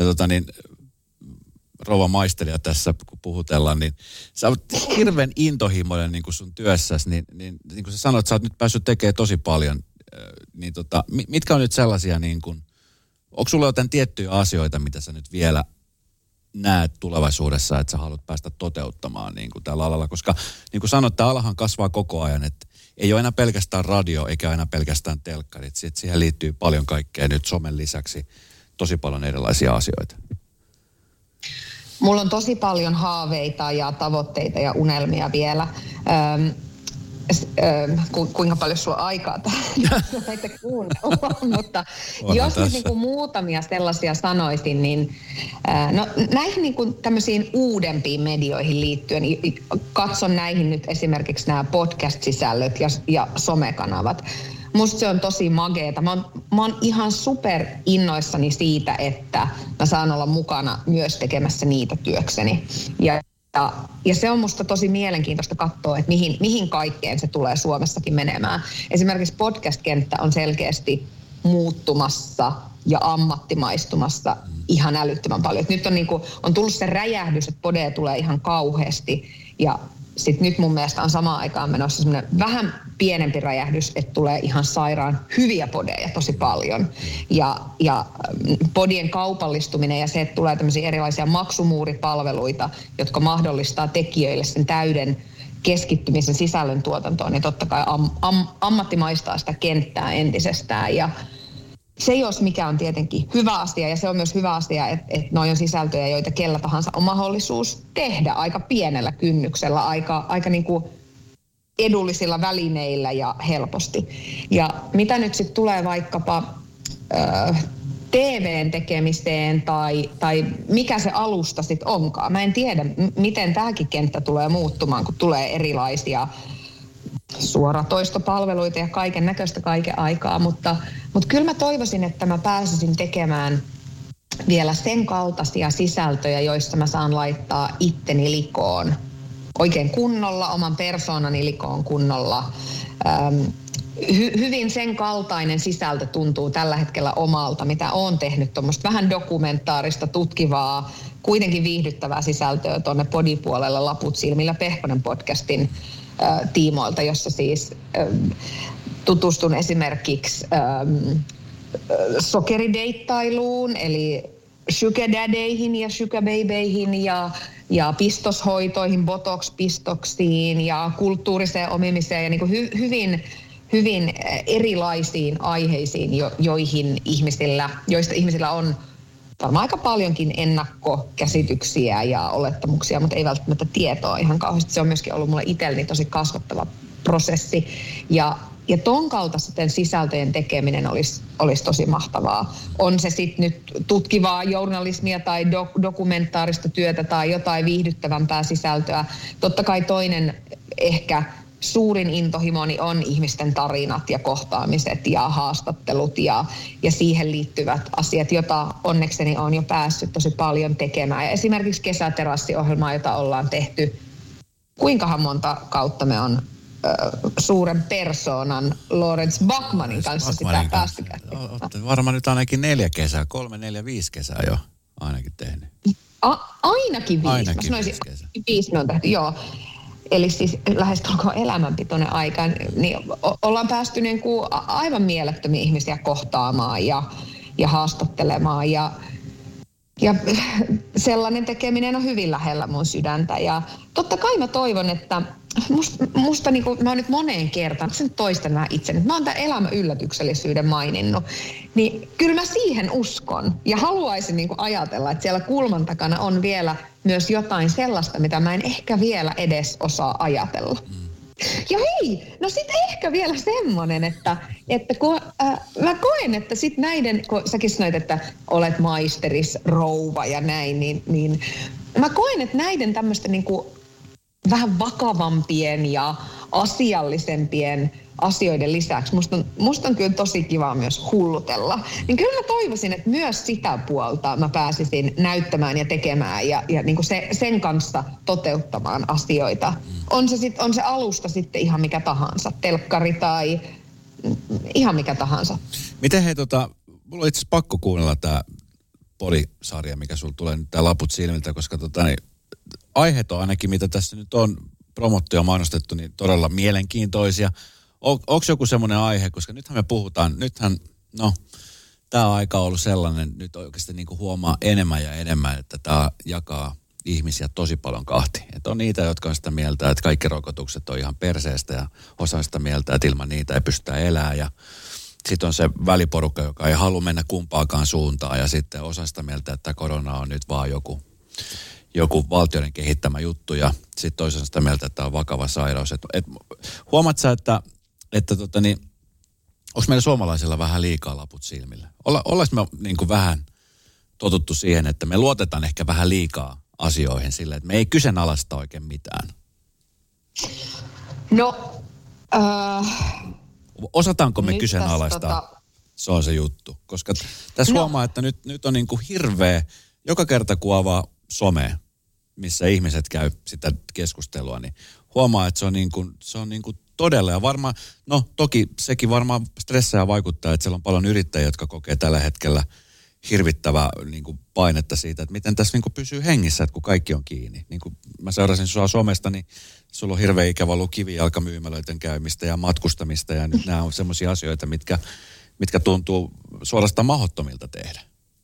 rouva maisteria tässä, kun puhutellaan, niin sä oot hirveän intohimoinen niin kuin sun työssäsi, niin kuin sä sanoit, sä oot nyt päässyt tekemään tosi paljon. Niin mitkä on nyt sellaisia, niin kuin, onko sulla jotain tiettyjä asioita, mitä sä nyt vielä näet tulevaisuudessa, että sä haluat päästä toteuttamaan niin kuin tällä alalla? Koska niin kuin sanoit, tämä alahan kasvaa koko ajan, että ei ole enää pelkästään radio eikä aina pelkästään telkkarit. Siihen liittyy paljon kaikkea nyt somen lisäksi, tosi paljon erilaisia asioita. Mulla on tosi paljon haaveita ja tavoitteita ja unelmia vielä. Kuinka paljon sulla on aikaa näitä kuunnella, mutta jos nyt niin kuin muutamia sellaisia sanoisin, niin näihin niin kuin tämmöisiin uudempiin medioihin liittyen, katson näihin nyt esimerkiksi nämä podcast-sisällöt ja somekanavat. Musta se on tosi mageeta. Mä oon ihan super innoissani siitä, että mä saan olla mukana myös tekemässä niitä työkseni. Ja se on musta tosi mielenkiintoista katsoa, että mihin kaikkeen se tulee Suomessakin menemään. Esimerkiksi podcast-kenttä on selkeästi muuttumassa ja ammattimaistumassa ihan älyttömän paljon. Et nyt on tullut se räjähdys, että podeja tulee ihan kauheasti. Ja sitten nyt mun mielestä on samaan aikaan menossa semmoinen vähän pienempi räjähdys, että tulee ihan sairaan hyviä podeja tosi paljon. Ja podien kaupallistuminen ja se, että tulee tämmöisiä erilaisia maksumuuripalveluita, jotka mahdollistaa tekijöille sen täyden keskittymisen sisällön tuotantoon, niin totta kai ammattimaistaa sitä kenttää entisestään. Ja se jos mikä on tietenkin hyvä asia, ja se on myös hyvä asia, että noi on sisältöjä, joita kellä tahansa on mahdollisuus tehdä aika pienellä kynnyksellä, aika niin kuin edullisilla välineillä ja helposti. Ja mitä nyt sitten tulee vaikkapa TV:n tekemiseen tai mikä se alusta sitten onkaan. Mä en tiedä, miten tämäkin kenttä tulee muuttumaan, kun tulee erilaisia suoratoistopalveluita ja kaiken näköistä kaiken aikaa, mutta kyllä mä toivoisin, että mä pääsisin tekemään vielä sen kaltaisia sisältöjä, joissa mä saan laittaa itteni likoon oikein kunnolla, oman persoonani likoon kunnolla. Hyvin sen kaltainen sisältö tuntuu tällä hetkellä omalta, mitä olen tehnyt, tuommoista vähän dokumentaarista, tutkivaa, kuitenkin viihdyttävää sisältöä tuonne podipuolelle Laput silmillä Pehkonen podcastin tiimoilta, jossa siis tutustun esimerkiksi sokerideittailuun, eli sugar daddeihin ja sugar babeihin ja pistoshoitoihin, botox-pistoksiin ja kulttuuriseen omimiseen ja niin kuin hyvin erilaisiin aiheisiin, joista ihmisillä on varmaan aika paljonkin ennakkokäsityksiä ja olettamuksia, mutta ei välttämättä tietoa ihan kauheasti. Se on myöskin ollut mulle itselleni tosi kasvattava prosessi. Ja Ja ton kaltaisten sisältöjen tekeminen olisi tosi mahtavaa. On se sitten nyt tutkivaa journalismia tai dokumentaarista työtä tai jotain viihdyttävämpää sisältöä. Totta kai toinen ehkä suurin intohimoni on ihmisten tarinat ja kohtaamiset ja haastattelut ja siihen liittyvät asiat, jota onnekseni on jo päässyt tosi paljon tekemään. Ja esimerkiksi kesäterassiohjelmaa, jota ollaan tehty, kuinkahan monta kautta me on suuren persoonan Lawrence Bachmanin kanssa sitä päästy käsittelyyn. Varmaan nyt ainakin 4 kesää, 3, 4, 5 kesää jo ainakin tehnyt. Ainakin 5. Ainakin 5 kesää. 5 me on tehty, joo. Eli siis lähestulkoon elämänpitoinen aika, niin ollaan päästy niin kuin aivan mielettömiä ihmisiä kohtaamaan ja haastattelemaan ja sellainen tekeminen on hyvin lähellä mun sydäntä ja totta kai mä toivon, että musta niin kuin, mä oon nyt moneen kertaan, sen toistan vähän itseni, mä oon tämän elämän yllätyksellisyyden maininnut, niin kyllä mä siihen uskon ja haluaisin niin kuin ajatella, että siellä kulman takana on vielä myös jotain sellaista, mitä mä en ehkä vielä edes osaa ajatella. Ja hei, no sit ehkä vielä semmonen, että kun mä koen, että sit näiden, kun säkin sanoit, että olet maisteris, rouva ja näin, niin mä koen, että näiden tämmöisten niinku vähän vakavampien ja asiallisempien asioiden lisäksi musta on kyllä tosi kiva myös hullutella. Niin kyllä mä toivoisin, että myös sitä puolta mä pääsisin näyttämään ja tekemään ja niin kuin sen kanssa toteuttamaan asioita. On se alusta sitten ihan mikä tahansa, telkkari tai ihan mikä tahansa. Miten mulla on itse asiassa pakko kuunnella tää Podi-sarja, mikä sulla tulee nyt tää Laput silmiltä, koska aiheet on ainakin, mitä tässä nyt on promottu ja mainostettu, niin todella mielenkiintoisia. Onko joku semmoinen aihe, koska nythän me puhutaan, tämä aika on ollut sellainen, nyt oikeasti niin kuin huomaa enemmän ja enemmän, että tämä jakaa ihmisiä tosi paljon kahti. Että on niitä, jotka on sitä mieltä, että kaikki rokotukset on ihan perseestä ja osa on sitä mieltä, että ilman niitä ei pystytä elämään ja sitten on se väliporukka, joka ei halua mennä kumpaakaan suuntaan ja sitten osa sitä mieltä, että korona on nyt vaan joku valtioiden kehittämä juttu ja sitten toisaalta sitä mieltä, että tämä on vakava sairaus. Huomaat sä, että onko meillä suomalaisilla vähän liikaa laput silmillä? Ollaanko me niin kuin vähän totuttu siihen, että me luotetaan ehkä vähän liikaa asioihin sillä, että me ei kyseenalaista oikein mitään? No, osataanko me kyseenalaistaa? Se on se juttu. Koska tässä huomaa, että nyt on niin kuin hirveä, joka kerta kun avaa somea, missä ihmiset käy sitä keskustelua, niin huomaa, että se on niin kuin todella. Ja varmaan, toki sekin varmaan stressää vaikuttaa, että siellä on paljon yrittäjiä, jotka kokee tällä hetkellä hirvittävää niin kuin painetta siitä, että miten tässä niin kuin pysyy hengissä, että kun kaikki on kiinni. Niin kuin mä seurasin sua somesta, niin sulla on hirveän ikävä ollut kivijalkamyymälöiden käymistä ja matkustamista ja nyt nämä on semmoisia asioita, mitkä tuntuu suorastaan mahdottomilta tehdä.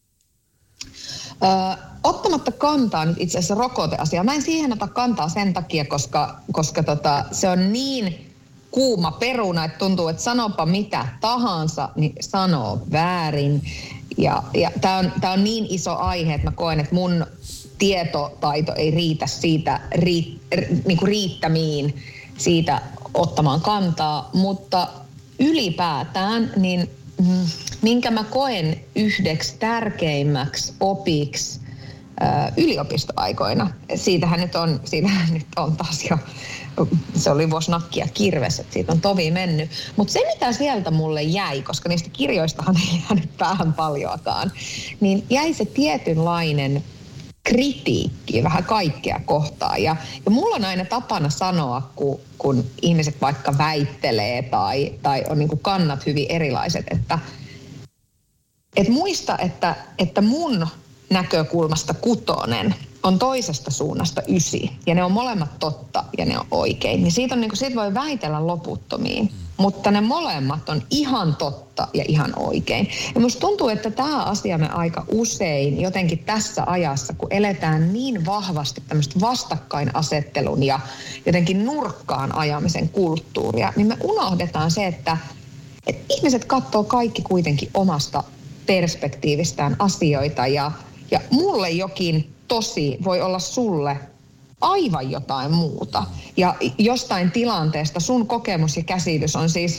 Ottamatta kantaa nyt itse asiassa rokoteasiaa. Mä en siihen ota kantaa sen takia, koska se on niin kuuma peruna, että tuntuu, että sanopa mitä tahansa, niin sanoo väärin. Ja tää on niin iso aihe, että mä koen, että mun tietotaito ei riitä siitä niinku riittämiin siitä ottamaan kantaa, mutta ylipäätään niin minkä mä koen yhdeksi tärkeimmäksi opiksi yliopistoaikoina. Siitähän nyt on taas jo, se oli vuosi nakkia kirves, että siitä on tovi mennyt. Mutta se, mitä sieltä mulle jäi, koska niistä kirjoistahan ei jäänyt päähän paljoakaan, niin jäi se tietynlainen kritiikki vähän kaikkea kohtaan. Ja mulla on aina tapana sanoa, kun ihmiset vaikka väittelee tai on niin kuin kannat hyvin erilaiset, että muista, että mun näkökulmasta 6 on toisesta suunnasta 9. Ja ne on molemmat totta ja ne on oikein. Niin siitä voi väitellä loputtomiin. Mutta ne molemmat on ihan totta ja ihan oikein. Ja musta tuntuu, että tämä asia me aika usein jotenkin tässä ajassa, kun eletään niin vahvasti tämmöistä vastakkainasettelun ja jotenkin nurkkaan ajamisen kulttuuria, niin me unohdetaan se, että ihmiset katsoo kaikki kuitenkin omasta perspektiivistään asioita ja mulle jokin tosi voi olla sulle aivan jotain muuta. Ja jostain tilanteesta sun kokemus ja käsitys on siis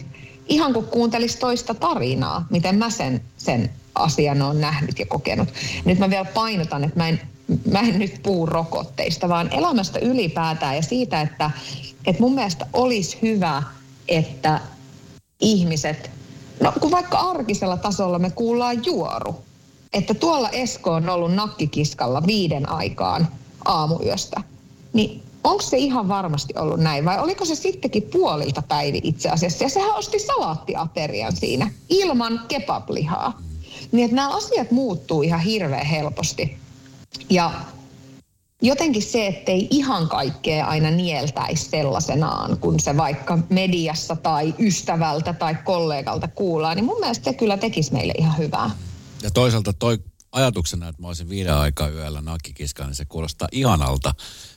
ihan kuin kuuntelisi toista tarinaa, miten mä sen asian olen nähnyt ja kokenut. Nyt mä vielä painotan, että mä en nyt puhu rokotteista, vaan elämästä ylipäätään ja siitä, että mun mielestä olisi hyvä, että ihmiset, no kun vaikka arkisella tasolla me kuullaan juoru, että tuolla Esko on ollut nakkikiskalla 5 aikaan aamuyöstä, niin onko se ihan varmasti ollut näin vai oliko se sittenkin puolilta päivin itse asiassa? Ja sehän osti salaattiaterian siinä ilman kebablihaa. Niin että nämä asiat muuttuu ihan hirveän helposti. Ja jotenkin se, ettei ihan kaikkea aina nieltäisi sellaisenaan, kun se vaikka mediassa tai ystävältä tai kollegalta kuullaan, niin mun mielestä se kyllä tekisi meille ihan hyvää. Ja toisaalta toi ajatuksena, että mä olisin 5 aikaa yöllä nakkikiskaan, niin se kuulostaa ihanalta.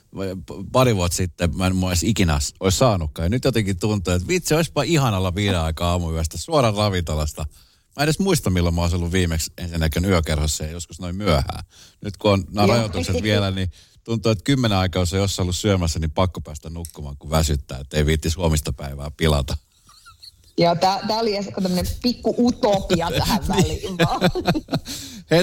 Pari vuotta sitten mä en ikinä olisi saanutkaan. Ja nyt jotenkin tuntuu, että vitsi, olisipa ihanalla 5 aikaa aamuyöstä suoraan ravintolasta. Mä en edes muista, milloin mä olisin ollut viimeksi ensinnäkin yökerhossa ja joskus noin myöhään. Nyt kun on nämä rajoitukset vielä, niin tuntuu, että 10 aikaa, jos on jossain ollut syömässä, niin pakko päästä nukkumaan, kun väsyttää, että ei viittisi huomista päivää pilata. Joo, tää oli tämmöinen pikku utopia tähän väliin vaan. Hei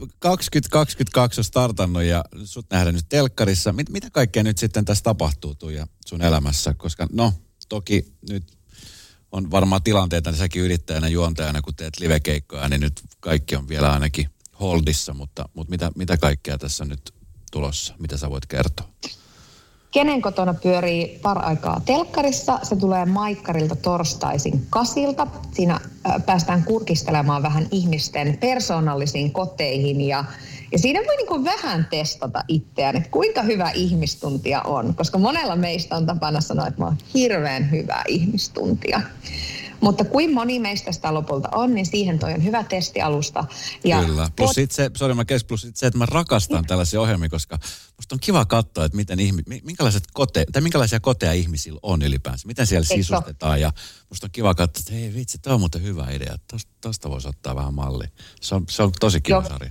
2022 on startannut ja sut nähdään nyt telkkarissa. Mitä kaikkea nyt sitten tässä tapahtuu Tuija sun elämässä? Koska no, toki nyt on varmaan tilanteita, niin säkin yrittäjänä, juontajana, kun teet livekeikkoja, niin nyt kaikki on vielä ainakin holdissa, mutta mitä kaikkea tässä on nyt tulossa? Mitä sä voit kertoa? Kenen kotona pyörii paraikaa telkkarissa. Se tulee Maikkarilta torstaisin 8. Siinä päästään kurkistelemaan vähän ihmisten persoonallisiin koteihin ja siinä voi niin kuin vähän testata itseään, että kuinka hyvä ihmistuntia on. Koska monella meistä on tapana sanoa, että mä oon hirveän hyvä ihmistuntia. Mutta kuin moni meistä sitä lopulta on, niin siihen toi on hyvä testialusta. Ja kyllä. Plus se, että mä rakastan tällaisia ohjelmia, koska musta on kiva katsoa, että miten minkälaisia koteja ihmisillä on ylipäänsä. Miten siellä sisustetaan ja musta on kiva katsoa, että hei vitsi, toi on muuten hyvä idea. Tosta voisi ottaa vähän mallia. Se on tosi kiva sarja.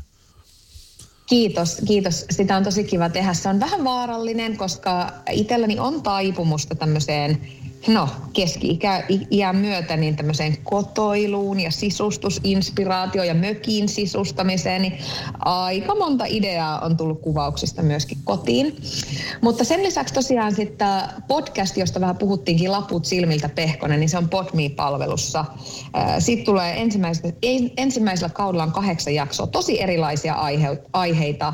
Kiitos. Sitä on tosi kiva tehdä. Se on vähän vaarallinen, koska itselläni on taipumusta tämmöiseen keski-iän myötä niin tämmöiseen kotoiluun ja sisustusinspiraatio ja mökin sisustamiseen, niin aika monta ideaa on tullut kuvauksista myöskin kotiin. Mutta sen lisäksi tosiaan sitten podcast, josta vähän puhuttiinkin, Laput silmiltä Pehkonen, niin se on Podme-palvelussa. Siitä tulee ensimmäisellä kaudella on 8 jaksoa, tosi erilaisia aiheita.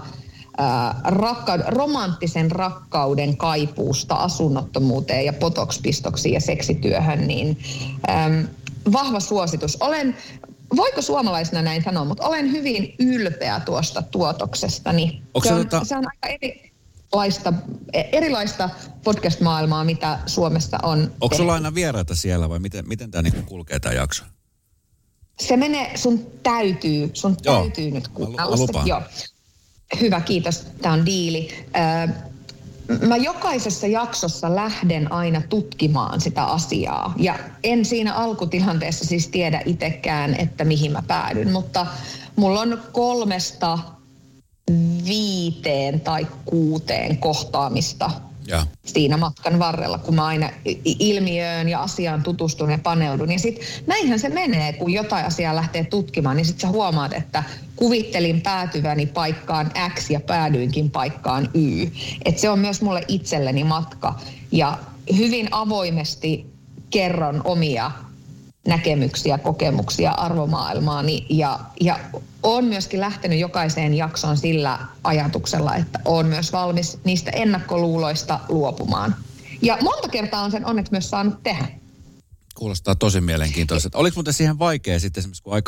Romanttisen rakkauden kaipuusta asunnottomuuteen ja botox-pistoksiin ja seksityöhön, niin vahva suositus. Voiko suomalaisena näin sanoa, mutta olen hyvin ylpeä tuosta tuotoksestani. Se on aika erilaista podcast-maailmaa, mitä Suomessa on. Onko sulla aina vieraita siellä vai miten tämä niinku kulkee tämä jakso? Se menee, sun täytyy nyt kuunnella. Joo. Hyvä, kiitos. Tämä on diili. Mä jokaisessa jaksossa lähden aina tutkimaan sitä asiaa. Ja en siinä alkutilanteessa siis tiedä itsekään, että mihin mä päädyn. Mutta mulla on 3-5 tai 6 kohtaamista siinä matkan varrella, kun mä aina ilmiöön ja asiaan tutustun ja paneudun. Ja sitten näinhän se menee, kun jotain asiaa lähtee tutkimaan, niin sitten sä huomaat, että kuvittelin päätyväni paikkaan X ja päädyinkin paikkaan Y. Että se on myös mulle itselleni matka. Ja hyvin avoimesti kerron omia näkemyksiä, kokemuksia, arvomaailmaani ja olen myöskin lähtenyt jokaiseen jaksoon sillä ajatuksella, että olen myös valmis niistä ennakkoluuloista luopumaan. Ja monta kertaa on sen onneksi myös saanut tehdä. Kuulostaa tosi mielenkiintoiselta. Oliko muuten siihen vaikea sitten esimerkiksi, kun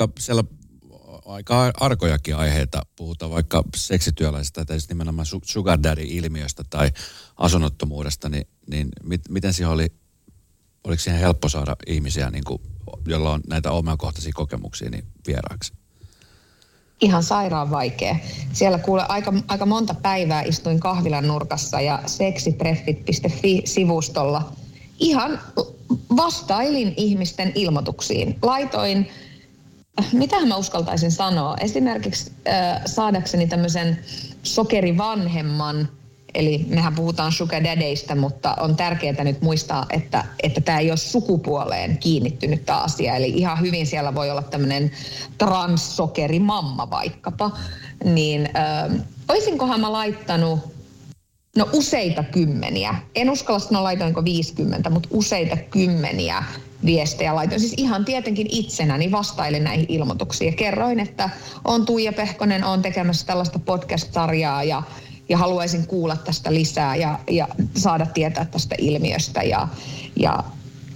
aika arkojakin aiheita puhutaan vaikka seksityöläisestä tai nimenomaan sugar daddy-ilmiöstä tai asunnottomuudesta, niin miten siihen oliko siihen helppo saada ihmisiä, niin kuin, joilla on näitä omakohtaisia kokemuksia, niin vieraaksi? Ihan sairaan vaikea. Siellä kuule aika monta päivää istuin kahvilan nurkassa ja seksitreffit.fi-sivustolla ihan vastailin ihmisten ilmoituksiin. Laitoin, mitähän mä uskaltaisin sanoa, esimerkiksi saadakseni tämmöisen sokerivanhemman Eli mehän puhutaan sugar daddyista, mutta on tärkeää nyt muistaa, että tämä ei ole sukupuoleen kiinnittynyt tämä asia. Eli ihan hyvin siellä voi olla tämmöinen transsokerimamma vaikkapa. Niin olisinkohan mä laittanut useita kymmeniä. En uskalla sanoa laitoinko 50, mutta useita kymmeniä viestejä laitoin. Siis ihan tietenkin itsenäni vastailin näihin ilmoituksiin. Ja kerroin, että on Tuija Pehkonen, on tekemässä tällaista podcast-sarjaa ja haluaisin kuulla tästä lisää ja saada tietää tästä ilmiöstä. Ja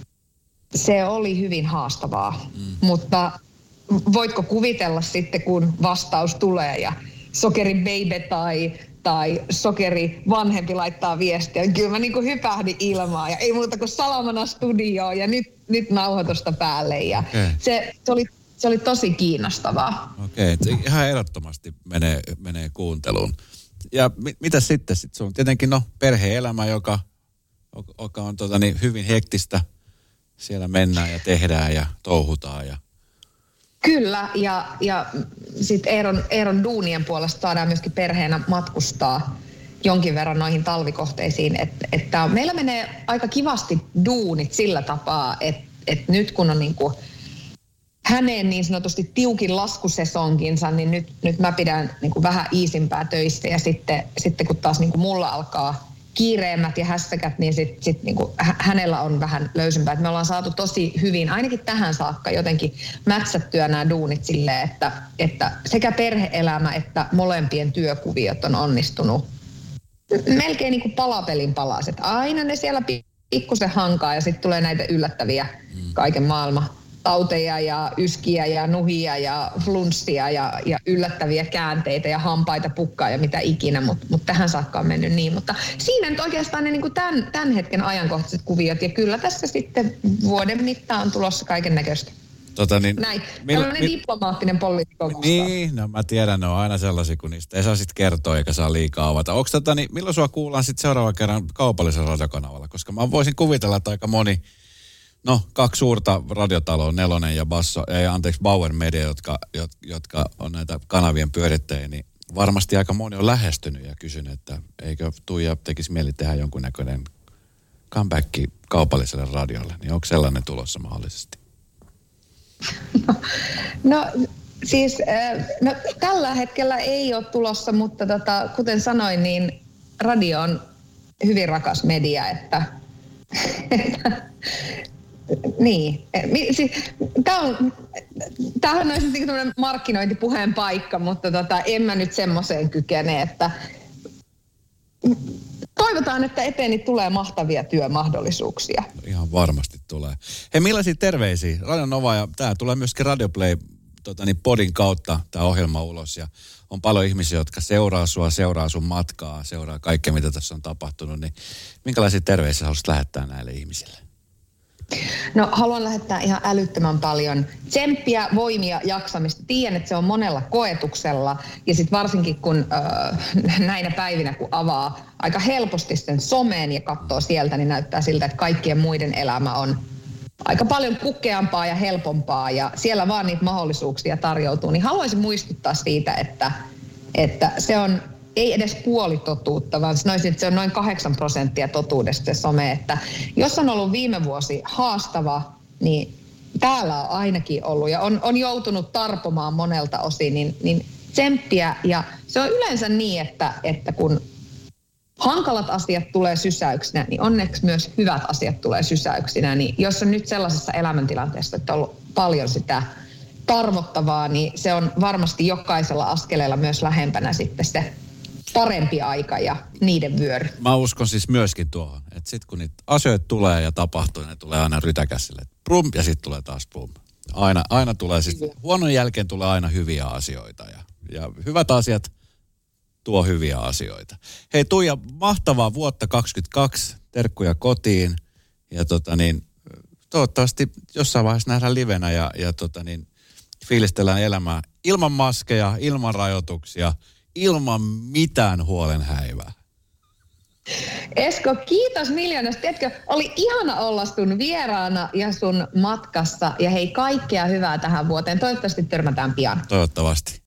se oli hyvin haastavaa. Mutta voitko kuvitella sitten, kun vastaus tulee ja sokeri baby tai sokeri vanhempi laittaa viestiä, niin kyllä mä niin kuin hypähdin ilmaan ja ei muuta kuin salamana studioon ja nyt nauhoitusta päälle ja se oli tosi kiinnostavaa. Okei, ihan ehdottomasti menee kuunteluun. Ja mitä sitten? Sitten se on tietenkin perhe-elämä, joka on hyvin hektistä. Siellä mennään ja tehdään ja touhutaan ja... Kyllä, ja sitten Eeron duunien puolesta saadaan myöskin perheenä matkustaa jonkin verran noihin talvikohteisiin. Että meillä menee aika kivasti duunit sillä tapaa, että nyt kun on niinku hänen niin sanotusti tiukin laskusesonkinsa, niin nyt mä pidän niinku vähän iisimpää töissä. Ja sitten kun taas niinku mulla alkaa kiireemmät ja hässäkät, niin sit niinku hänellä on vähän löysempää. Et me ollaan saatu tosi hyvin, ainakin tähän saakka, jotenkin mätsättyä nämä duunit silleen, että sekä perhe-elämä että molempien työkuviot on onnistunut melkein niin kuin palapelin palaset. Aina ne siellä pikkusen hankaa ja sitten tulee näitä yllättäviä kaiken maailman tauteja ja yskiä ja nuhia ja flunssia ja yllättäviä käänteitä ja hampaita pukkaa ja mitä ikinä, mutta tähän saakka on mennyt niin. Mutta siinä nyt oikeastaan ne niin kuin tämän hetken ajankohtaiset kuviot ja kyllä tässä sitten vuoden mittaan on tulossa kaiken näköistä. Näin. Tällainen diplomaattinen poliitikko vastaus. Niin, mä tiedän, ne on aina sellaisia, kun niistä ei saa sitten kertoa eikä saa liikaa avata. Onko milloin sua kuullaan sitten seuraavan kerran kaupallisella radiokanavalla? Koska mä voisin kuvitella, että aika moni, 2 suurta radiotaloa, Nelonen ja Bauer Media, jotka on näitä kanavien pyörittäjiä, niin varmasti aika moni on lähestynyt ja kysynyt, että eikö Tuija tekisi mieli tehdä jonkunnäköinen comeback kaupalliselle radiolle, niin onko sellainen tulossa mahdollisesti? Siis tällä hetkellä ei ole tulossa, mutta kuten sanoin, niin radio on hyvin rakas media, että niin. Tämähän on siis tämmöinen markkinointipuheen paikka, mutta en mä nyt semmoiseen kykene, että toivotaan, että eteeni tulee mahtavia työmahdollisuuksia. Ihan varmasti tulee. Hei, millaisia terveisiä? Radio Nova ja tää tulee myöskin Radio Play podin kautta tämä ohjelma ulos ja on paljon ihmisiä, jotka seuraa sua, seuraa sun matkaa, seuraa kaikkea, mitä tässä on tapahtunut, niin minkälaisia terveisiä haluaisit lähettää näille ihmisille? Haluan lähettää ihan älyttömän paljon tsemppiä, voimia, jaksamista. Tiedän, että se on monella koetuksella ja sitten varsinkin kun näinä päivinä, kun avaa aika helposti sen someen ja katsoo sieltä, niin näyttää siltä, että kaikkien muiden elämä on aika paljon kukkeampaa ja helpompaa ja siellä vaan niitä mahdollisuuksia tarjoutuu. Niin haluaisin muistuttaa siitä, että se on ei edes puolitotuutta, vaan sanoisin, että se on noin 8% totuudesta se some. Että jos on ollut viime vuosi haastava, niin täällä on ainakin ollut ja on joutunut tarpomaan monelta osin, niin tsemppiä. Ja se on yleensä niin, että kun hankalat asiat tulee sysäyksinä, niin onneksi myös hyvät asiat tulee sysäyksinä. Niin jos on nyt sellaisessa elämäntilanteessa, että on ollut paljon sitä tarvottavaa, niin se on varmasti jokaisella askeleella myös lähempänä sitten se parempi aika ja niiden vyöry. Mä uskon siis myöskin tuohon, että sit kun niitä asioita tulee ja tapahtuu, ne tulee aina rytäkäsille. Brum, ja sitten tulee taas brum. Aina tulee siis, huonon jälkeen tulee aina hyviä asioita ja hyvät asiat tuo hyviä asioita. Hei Tuija, mahtavaa vuotta 2022, terkkuja kotiin ja toivottavasti jossain vaiheessa nähdään livenä ja fiilistellään elämää ilman maskeja, ilman rajoituksia, ilman mitään huolenhäivää. Esko, kiitos miljoonasta. Tiedätkö, oli ihana olla sun vieraana ja sun matkassa. Ja hei, kaikkea hyvää tähän vuoteen. Toivottavasti törmätään pian. Toivottavasti.